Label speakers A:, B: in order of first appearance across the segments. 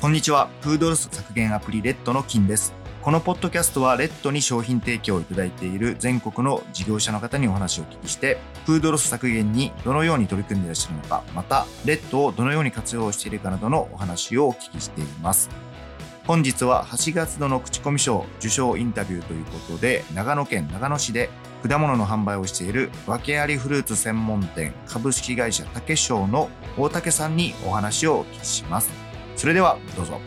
A: こんにちは。フードロス削減アプリレッドの金です。このポッドキャストはレッドに商品提供をいただいている全国の事業者の方にお話をお聞きして、フードロス削減にどのように取り組んでいらっしゃるのか、またレッドをどのように活用しているかなどのお話をお聞きしています。本日は8月度の口コミ賞受賞インタビューということで、長野県長野市で果物の販売をしている訳ありフルーツ専門店株式会社竹商の大竹さんにお話をお聞きします。それではどうぞ。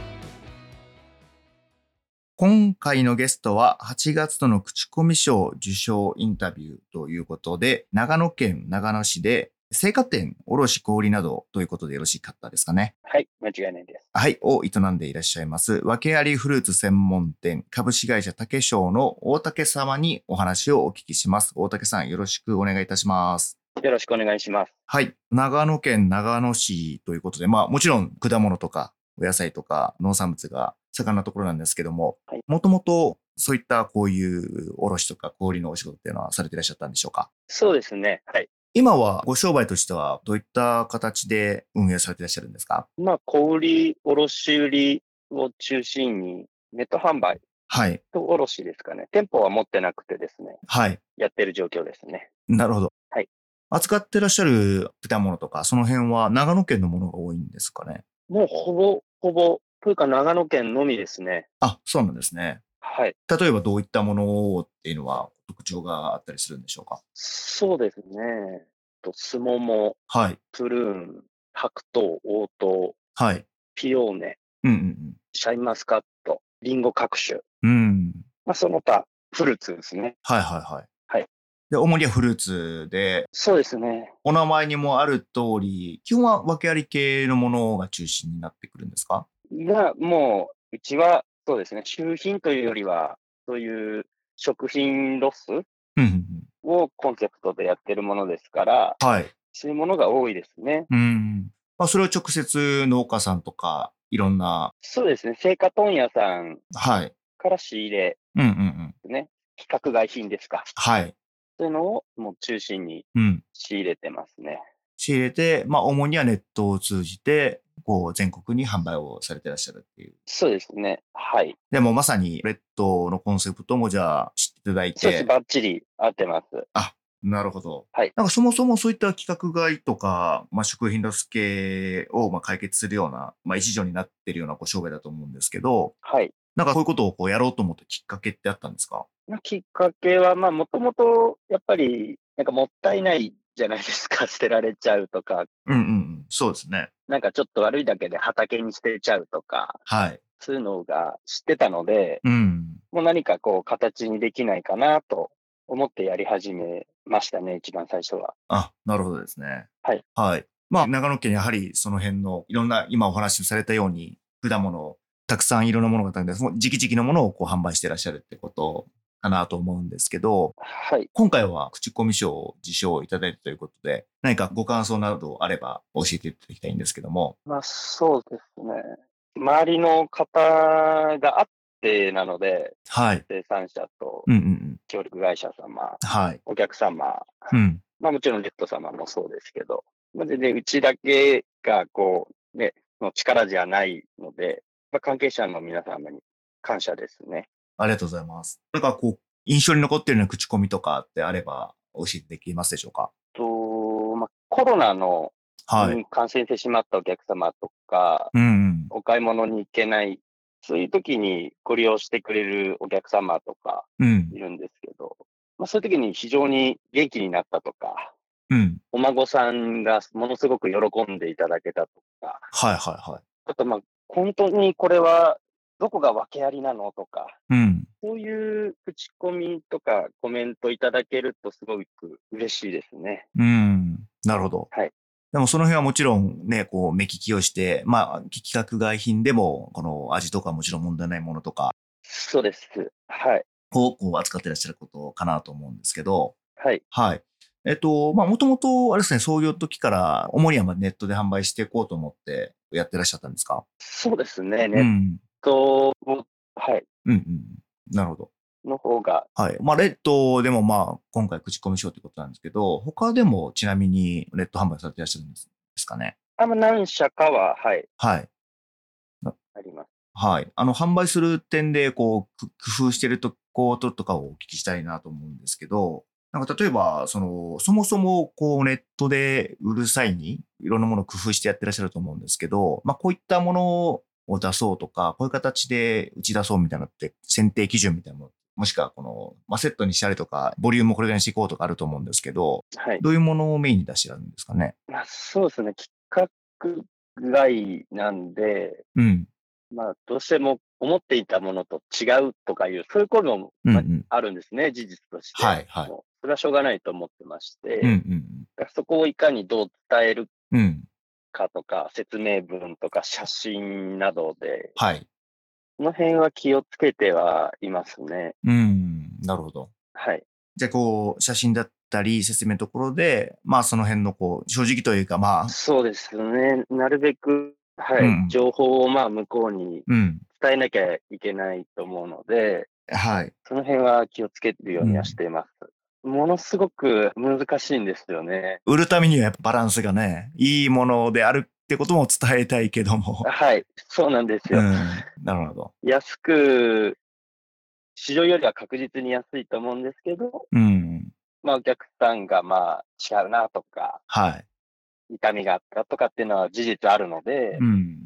A: 今回のゲストは8月度の口コミ賞受賞インタビューということで、長野県長野市で青果店、卸小売などということでよろしかったですかね。
B: はい、間違いないです。
A: はい、を営んでいらっしゃいます、訳ありフルーツ専門店株式会社竹商の大竹様にお話をお聞きします。大竹さん、よろしくお願いいたします。
B: よろしくお願いします。
A: はい、長野県長野市ということで、もちろん果物とかお野菜とか農産物が盛んなところなんですけども、もともとそういったこういう卸とか小売のお仕事っていうのはされていらっしゃったんでしょうか？
B: そうですね。はい。
A: 今はご商売としてはどういった形で運営されていらっしゃるんですか？
B: 小売、卸売を中心にネット販売と卸ですかね。店舗は持ってなくてですね。
A: はい。
B: やってる状況ですね。
A: なるほど。
B: はい。
A: 扱ってらっしゃる果物とか、その辺は長野県のものが多いんですかね？
B: もうほぼ、というか長野県のみですね。
A: あ、そうなんですね。
B: はい。
A: 例えばどういったものっていうのは特徴があったりするんでしょうか？
B: そうですね。スモモ、
A: はい。
B: プルーン、白桃、黄桃、
A: はい。
B: ピオーネ、シャインマスカット、リンゴ各種。その他、フルーツですね。
A: はいはいはい。
B: はい。
A: で、主にはフルーツで、
B: そうですね。
A: お名前にもある通り、基本は訳あり系のものが中心になってくるんですか？
B: もう、うちは、そうですね、収品というよりは、そういう食品ロスをコンセプトでやってるものですから、
A: はい。
B: そういうものが多いですね。
A: それを直接農家さんとか、いろんな。
B: そうですね、青果問屋さん
A: はい。
B: から仕入れですね。規格外品ですか。
A: はい。
B: そういうのをもう中心に仕入れてますね。
A: 仕入れて、主にはネットを通じて、全国に販売をされていらっしゃるっていう。
B: そうですね。はい。
A: でもまさに、レッドのコンセプトもじゃあ知っていただいて。
B: そうです。バッチリ合ってます。
A: あ、なるほど。
B: はい。
A: なんかそもそもそういった規格外とか、食品ロス系を解決するような、一助になっているような商売だと思うんですけど、
B: はい。
A: なんかこういうことをやろうと思ったきっかけってあったんですか？
B: きっかけは、もともと、やっぱり、もったいないじゃないですか。捨てられちゃうとか。
A: そうですね。
B: ちょっと悪いだけで畑に捨てちゃうとか。
A: はい。
B: そういうのが知ってたので、もう何か形にできないかなと思ってやり始めましたね、一番最初は。
A: あ、なるほどですね。
B: はい。
A: はい。長野県やはりその辺のいろんな今お話しされたように果物、たくさんいろんなものがあったんで、その時期のものを販売していらっしゃるってことかなと思うんですけど、
B: はい。
A: 今回は口コミ賞を受賞いただいたということで、何かご感想などあれば教えていただきたいんですけども。
B: そうですね。周りの方があってなので、
A: はい。
B: 生産者と協力会社様、
A: はい。
B: お客様、もちろんレッド様もそうですけど、全然うちだけがの力じゃないので、関係者の皆様に感謝ですね。
A: ありがとうございます。なんか印象に残っているような口コミとかってあれば教えてできますでしょうか？
B: コロナ
A: はい。
B: に感染してしまったお客様とか、お買い物に行けない、そういう時にご利用してくれるお客様とかいるんですけど、そういう時に非常に元気になったとか、お孫さんがものすごく喜んでいただけたとか、
A: はいはいはい。
B: あと本当にこれはどこが訳ありなのとか、そういう口コミとかコメントいただけるとすごく嬉しいですね。
A: なるほど。
B: はい。
A: でもその辺はもちろんね、目利きをして、規格外品でも、この味とかもちろん問題ないものとか、
B: そうです。はい。
A: 扱ってらっしゃることかなと思うんですけど、
B: はい。
A: はい。もともと、あれですね、創業時から、主にはネットで販売していこうと思ってやってらっしゃったんですか？
B: そうですね。ネットを、はい。
A: なるほど。
B: の方が。
A: はい。レッドでも今回口コミしようということなんですけど、他でもちなみにネット販売されていらっしゃるんですかね？
B: 何社かは、はい。
A: はい。
B: あります。
A: はい。販売する点で、工夫してることとかをお聞きしたいなと思うんですけど、なんか例えば、そもそも、ネットで売る際に、いろんなものを工夫してやってらっしゃると思うんですけど、こういったものを出そうとか、こういう形で打ち出そうみたいなのって、選定基準みたいなもの、もしくはセットにしたりとか、ボリュームをこれぐらいにしていこうとかあると思うんですけど、
B: はい。
A: どういうものをメインに出してあるんですかね。
B: そうですね。企画外なんで、
A: うん。
B: どうしても思っていたものと違うとかいう、そういう声も、
A: うんうん。
B: あるんですね、事実として。
A: はい、はい。
B: もう、それはしょうがないと思ってまし
A: うんう
B: て、
A: ん
B: そこをいかにどう伝える
A: うん。うん。
B: かとか、説明文とか写真などで、
A: はい。
B: この辺は気をつけてはいますね。
A: なるほど。
B: はい。
A: じゃあ、写真だったり、説明のところで、その辺の正直というか、
B: そうですね。なるべく、はい、
A: うん、
B: 情報を向こうに
A: うん、
B: 伝えなきゃいけないと思うので、
A: はい。
B: その辺は気をつけるようにはし
A: うん。
B: ています。ものすごく難しいんですよね。
A: 売るためにはやっぱバランスがね、いいものであるってことも伝えたいけども。
B: はい、そうなんですよ。
A: うん、なるほど。
B: 安く、市場よりは確実に安いと思うんですけど、
A: うん、
B: お客さんが違うなとか、
A: はい。
B: 痛みがあったとかっていうのは事実あるので、
A: うん。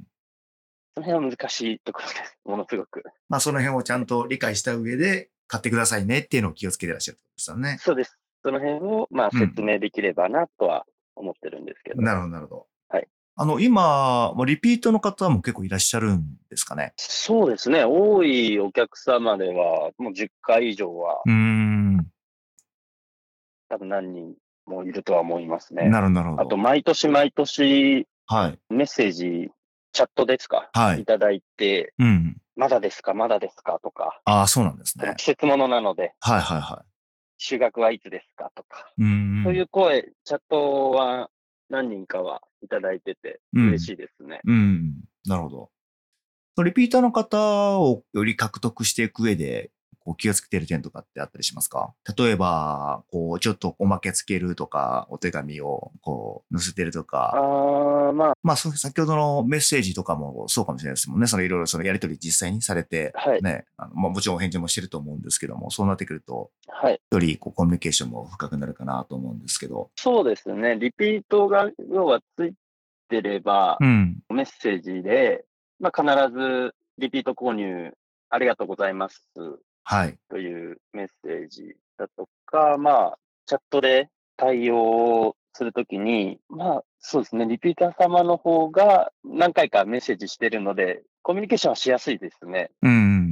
B: その辺は難しいところです。ものすごく。
A: その辺をちゃんと理解した上で買ってくださいねっていうのを気をつけてらっしゃるってことですよね。
B: そうです。その辺を、説
A: うん。
B: 明できればなとは思ってるんですけど。
A: なるほど、なるほど。
B: はい。
A: 今、リピートの方も結構いらっしゃるんですかね。
B: そうですね。多いお客様では、もう10回以上は、
A: うーん。
B: 多分何人もいるとは思いますね。
A: なるほど、なるほ
B: あと、
A: ど。
B: 毎年毎年、
A: はい。
B: メッセージ、チャットですか
A: はい。
B: いただいて、
A: うん。
B: まだですかまだですかとか、
A: ああ、そうなんですね。
B: その季節ものなので、
A: はいはいは
B: 収穫はいつですかとか、
A: い。うん
B: そうい
A: うん。
B: う声、チャットは何人かはいただいてて嬉
A: うん。
B: しいですね。
A: うん。なるほど。リピーターの方をより獲得していく上で、気をつけている点とかってあったりしますか？例えば、ちょっとおまけつけるとか、お手紙を、載せてるとか。
B: ああ、
A: 先ほどのメッセージとかもそうかもしれないですもんね。いろいろやり取り実際にされて、
B: はい、
A: ね、もちろんお返事もしてると思うんですけども、そうなってくると、
B: はい。
A: よりコミュニケーションも深くなるかなと思うんですけど。
B: そうですね。リピートが、要はついてれば、
A: うん。
B: メッセージで、必ずリピート購入ありがとうございます
A: はい。
B: というメッセージだとか、チャットで対応するときに、そうですね。リピーター様の方が何回かメッセージしてるので、コミュニケーションはしやすいですね。
A: うん。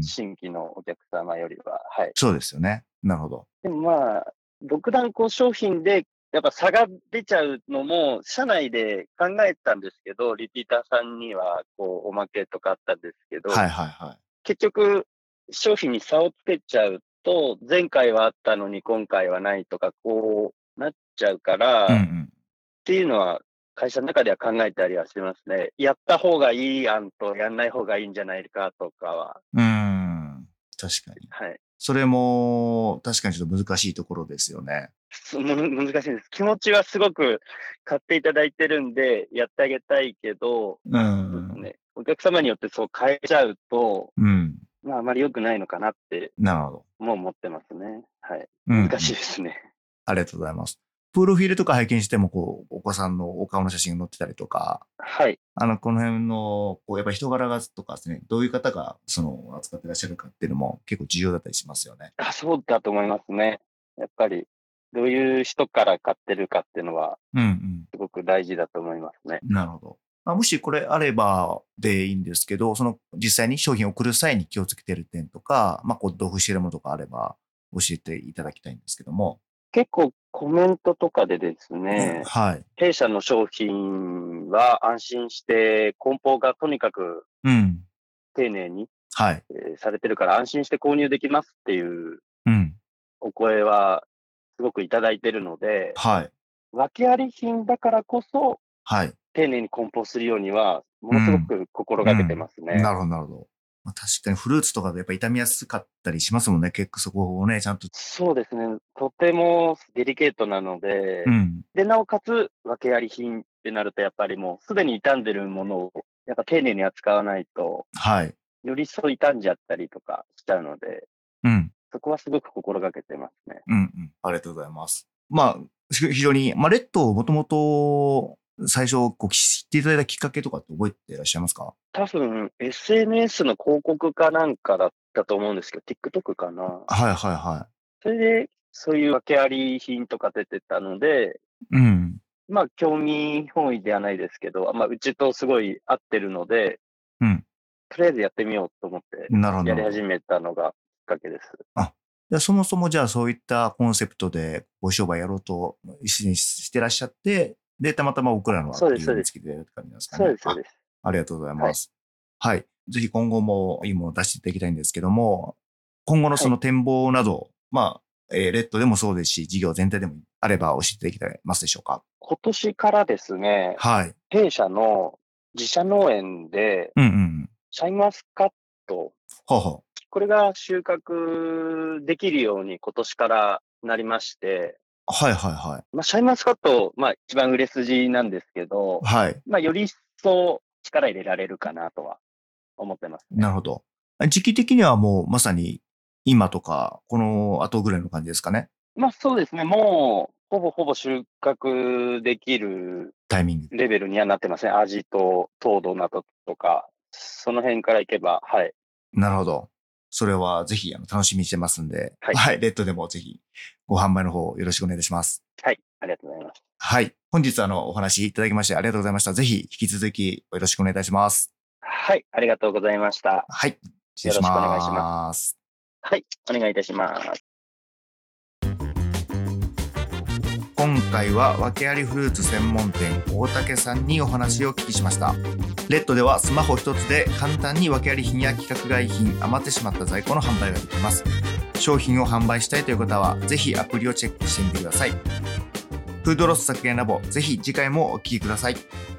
B: 新規のお客様よりは。はい。
A: そうですよね。なるほど。
B: でも独断商品でやっぱ差が出ちゃうのも、社内で考えたんですけど、リピーターさんには、おまけとかあったんですけど、
A: はいはいはい。
B: 結局、商品に差をつけちゃうと、前回はあったのに今回はないとか、なっちゃうから、っ
A: うんうん。
B: ていうのは、会社の中では考えたりはしてますね。やった方がいい案と、やんない方がいいんじゃないかとかは。
A: うーん。確かに。
B: はい。
A: それも、確かにちょっと難しいところですよね。
B: 難しいんです。気持ちはすごく買っていただいてるんで、やってあげたいけど、
A: うん。
B: そうですね。お客様によってそう変えちゃうと、
A: うん。
B: あまり良くないのかなって
A: なるほど。
B: も思ってますね。はい。
A: うんう
B: 難しい
A: ん。
B: ですね。
A: ありがとうございます。プロフィールとか拝見しても、お子さんのお顔の写真が載ってたりとか、
B: はい。
A: この辺の、やっぱ人柄がとかですね、どういう方が、扱ってらっしゃるかっていうのも結構重要だったりしますよね。
B: そうだと思いますね。やっぱり、どういう人から買ってるかっていうのは、
A: うんうん。
B: すごく大事だと思いますね。
A: なるほど。もしこれあればでいいんですけど、実際に商品を送る際に気をつけてる点とか、同封しているものとかあれば教えていただきたいんですけども。
B: 結構コメントとかでですね、
A: はい。
B: 弊社の商品は安心して梱包がとにかく
A: うん。
B: 丁寧に
A: はい。
B: されてるから安心して購入できますっていう
A: うん。
B: お声はすごくいただいてるので、
A: はい。
B: 訳あり品だからこそ
A: はい。
B: 丁寧に梱包するようには、ものすご
A: うん。
B: く心がけて
A: うん。
B: ますね。
A: なるほど、なるほど。確かにフルーツとかでやっぱ傷みやすかったりしますもんね。結構そこをね、ちゃんと。
B: そうですね。とてもデリケートなので、
A: うん。
B: で、なおかつ訳あり品ってなるとやっぱりもうすでに傷んでるものをやっぱ丁寧に扱わないと、
A: はい。
B: よりそう傷んじゃったりとかしちゃうので、
A: うん。
B: そこはすごく心がけてますね。
A: うんうん。ありがとうございます。まあ、非常に、レッドをもともと最初知っていただいたきっかけとかって覚えていらっしゃいますか？
B: 多分、SNS の広告かなんかだったと思うんですけど、TikTok かな。
A: はいはいは
B: それで、そういう訳あり品とか出てたので、
A: い。うん。
B: 興味本位ではないですけど、うちとすごい合ってるので、
A: うん。
B: とりあえずやってみようと思って
A: なるほど。
B: やり始めたのがきっかけです。
A: じゃあそもそもじゃあそういったコンセプトでご商売やろうと一緒にしてらっしゃって、で、たまたま僕らのアプリを見つけてやるって感じなんですかね。
B: そうです、そうです。
A: ありがとうございます。はい。ぜひ今後もいいものを出していただきたいんですけども、今後のその展望など、レッドでもそうですし、事業全体でもあれば教えていただけますでしょうか？
B: 今年からですね、
A: はい。
B: 弊社の自社農園で、
A: うんうんうん。
B: シャインマスカット、
A: ほうほ
B: これが収穫できるように今年からなりまして、
A: う。はいはいはい。
B: シャインマスカット、一番売れ筋なんですけど、
A: はい。
B: より一層力入れられるかなとは思ってますね。
A: なるほど。時期的にはもうまさに今とか、この後ぐらいの感じですかね。
B: そうですね。もう、ほぼほぼ収穫できる
A: タイミング。
B: レベルにはなってますね。味と糖度などとか、その辺からいけば、はい。
A: なるほど。それはぜひ楽しみにしてますんで、
B: はい。
A: はい。レッドでもぜひご販売の方よろしくお願いします。
B: はい。ありがとうございます。
A: はい。本日お話いただきましてありがとうございました。ぜひ引き続きよろしくお願いいたします。
B: はい。ありがとうございました。
A: はい。失礼し
B: よろしくお願いし
A: ま
B: ます。
A: す。
B: はい。お願いいたします。
A: 今回は訳ありフルーツ専門店大竹さんにお話をお聞きしました。レッドではスマホ一つで簡単に訳あり品や規格外品、余ってしまった在庫の販売ができます。商品を販売したいという方はぜひアプリをチェックしてみてください。フードロス削減ラボ、ぜひ次回もお聞きください。